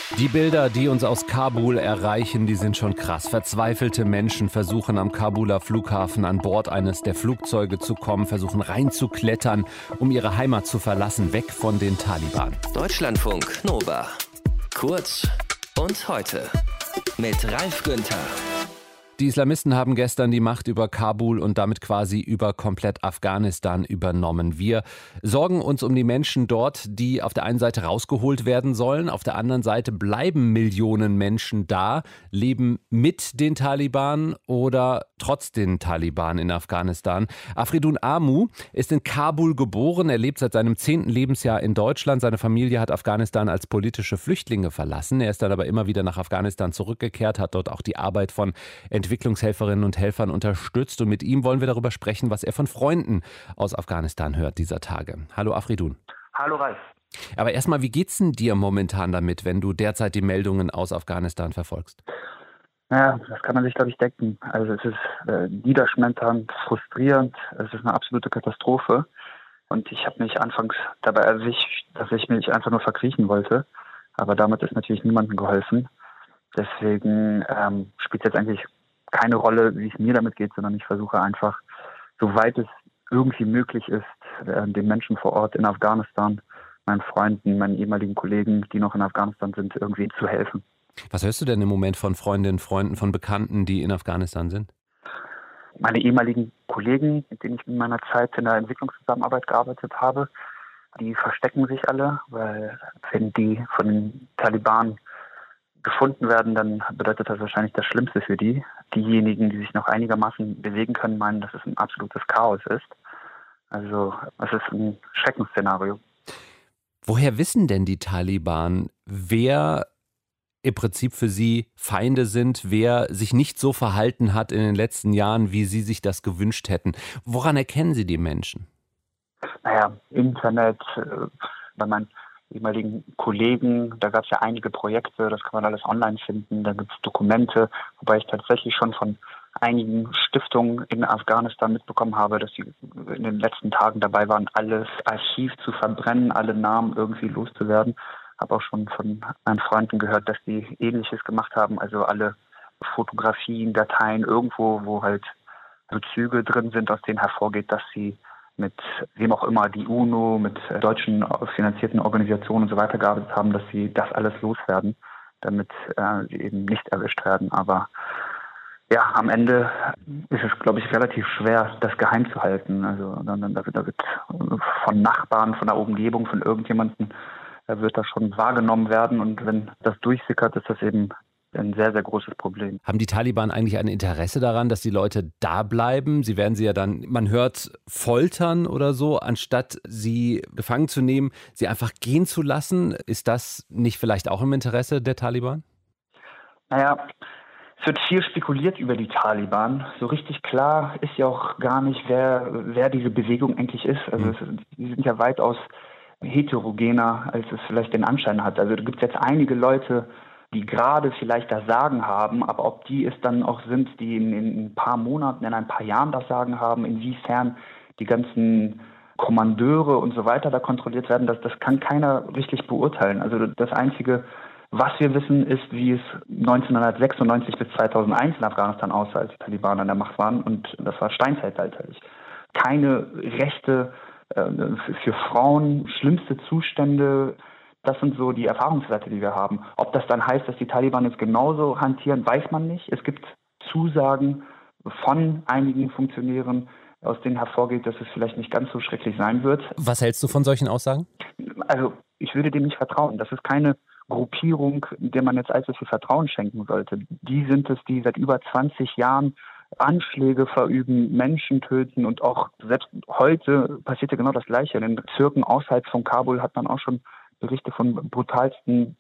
Die Bilder, die uns aus Kabul erreichen, die sind schon krass. Verzweifelte Menschen versuchen am Kabuler Flughafen an Bord eines der Flugzeuge zu kommen, versuchen reinzuklettern, um ihre Heimat zu verlassen, weg von den Taliban. Deutschlandfunk Nova. Kurz und heute mit Ralf Günther. Die Islamisten haben gestern die Macht über Kabul und damit quasi über komplett Afghanistan übernommen. Wir sorgen uns um die Menschen dort, die auf der einen Seite rausgeholt werden sollen. Auf der anderen Seite bleiben Millionen Menschen da, leben mit den Taliban oder trotz den Taliban in Afghanistan. Afridun Amu ist in Kabul geboren. Er lebt seit seinem 10. Lebensjahr in Deutschland. Seine Familie hat Afghanistan als politische Flüchtlinge verlassen. Er ist dann aber immer wieder nach Afghanistan zurückgekehrt, hat dort auch die Arbeit von Entwicklungshelferinnen und Helfern unterstützt. Und mit ihm wollen wir darüber sprechen, was er von Freunden aus Afghanistan hört dieser Tage. Hallo Afridun. Hallo Ralf. Aber erstmal, wie geht's denn dir momentan damit, wenn du derzeit die Meldungen aus Afghanistan verfolgst? Ja, das kann man sich, glaube ich, denken. Also es ist niederschmetternd, frustrierend, es ist eine absolute Katastrophe. Und ich habe mich anfangs dabei erwischt, dass ich mich einfach nur verkriechen wollte. Aber damit ist natürlich niemandem geholfen. Deswegen spielt es jetzt eigentlich keine Rolle, wie es mir damit geht, sondern ich versuche einfach, soweit es irgendwie möglich ist, den Menschen vor Ort in Afghanistan, meinen Freunden, meinen ehemaligen Kollegen, die noch in Afghanistan sind, irgendwie zu helfen. Was hörst du denn im Moment von Freundinnen, Freunden, von Bekannten, die in Afghanistan sind? Meine ehemaligen Kollegen, mit denen ich in meiner Zeit in der Entwicklungszusammenarbeit gearbeitet habe, die verstecken sich alle, weil wenn die von den Taliban gefunden werden, dann bedeutet das wahrscheinlich das Schlimmste für die. Diejenigen, die sich noch einigermaßen bewegen können, meinen, dass es ein absolutes Chaos ist. Also es ist ein Schreckensszenario. Woher wissen denn die Taliban, wer im Prinzip für sie Feinde sind, wer sich nicht so verhalten hat in den letzten Jahren, wie sie sich das gewünscht hätten? Woran erkennen sie die Menschen? Naja, Internet, bei meinen ehemaligen Kollegen, da gab es ja einige Projekte, das kann man alles online finden, da gibt es Dokumente, wobei ich tatsächlich schon von einigen Stiftungen in Afghanistan mitbekommen habe, dass sie in den letzten Tagen dabei waren, alles Archiv zu verbrennen, alle Namen irgendwie loszuwerden. Habe auch schon von meinen Freunden gehört, dass die Ähnliches gemacht haben, also alle Fotografien, Dateien irgendwo, wo halt Bezüge drin sind, aus denen hervorgeht, dass sie mit wem auch immer, die UNO, mit deutschen finanzierten Organisationen und so weiter gearbeitet haben, dass sie das alles loswerden, damit sie eben nicht erwischt werden. Aber ja, am Ende ist es, glaube ich, relativ schwer, das geheim zu halten. Also da wird von Nachbarn, von der Umgebung, von irgendjemandem wird das schon wahrgenommen werden. Und wenn das durchsickert, ist das eben ein sehr, sehr großes Problem. Haben die Taliban eigentlich ein Interesse daran, dass die Leute da bleiben? Sie werden sie ja dann, man hört, foltern oder so, anstatt sie gefangen zu nehmen, sie einfach gehen zu lassen. Ist das nicht vielleicht auch im Interesse der Taliban? Naja, es wird viel spekuliert über die Taliban. So richtig klar ist ja auch gar nicht, wer diese Bewegung eigentlich ist. Also die sind ja weitaus heterogener, als es vielleicht den Anschein hat. Also da gibt es jetzt einige Leute, die gerade vielleicht das Sagen haben, aber ob die es dann auch sind, die in ein paar Monaten, in ein paar Jahren das Sagen haben, inwiefern die ganzen Kommandeure und so weiter da kontrolliert werden, das kann keiner richtig beurteilen. Also das Einzige, was wir wissen, ist, wie es 1996 bis 2001 in Afghanistan aussah, als die Taliban an der Macht waren, und das war steinzeitalterlich. Keine Rechte für Frauen, schlimmste Zustände. Das sind so die Erfahrungswerte, die wir haben. Ob das dann heißt, dass die Taliban jetzt genauso hantieren, weiß man nicht. Es gibt Zusagen von einigen Funktionären, aus denen hervorgeht, dass es vielleicht nicht ganz so schrecklich sein wird. Was hältst du von solchen Aussagen? Also ich würde dem nicht vertrauen. Das ist keine Gruppierung, der man jetzt allzu viel Vertrauen schenken sollte. Die sind es, die seit über 20 Jahren Anschläge verüben, Menschen töten, und auch selbst heute passiert ja genau das Gleiche. In den Bezirken außerhalb von Kabul hat man auch schon Berichte von brutalsten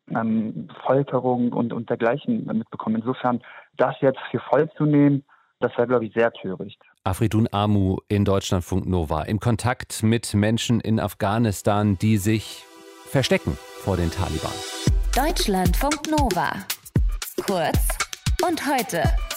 Folterungen und dergleichen mitbekommen. Insofern, das jetzt für voll zu nehmen, das wäre, glaube ich, sehr töricht. Afridun Amu in Deutschlandfunk Nova im Kontakt mit Menschen in Afghanistan, die sich verstecken vor den Taliban. Deutschlandfunk Nova. Kurz und heute.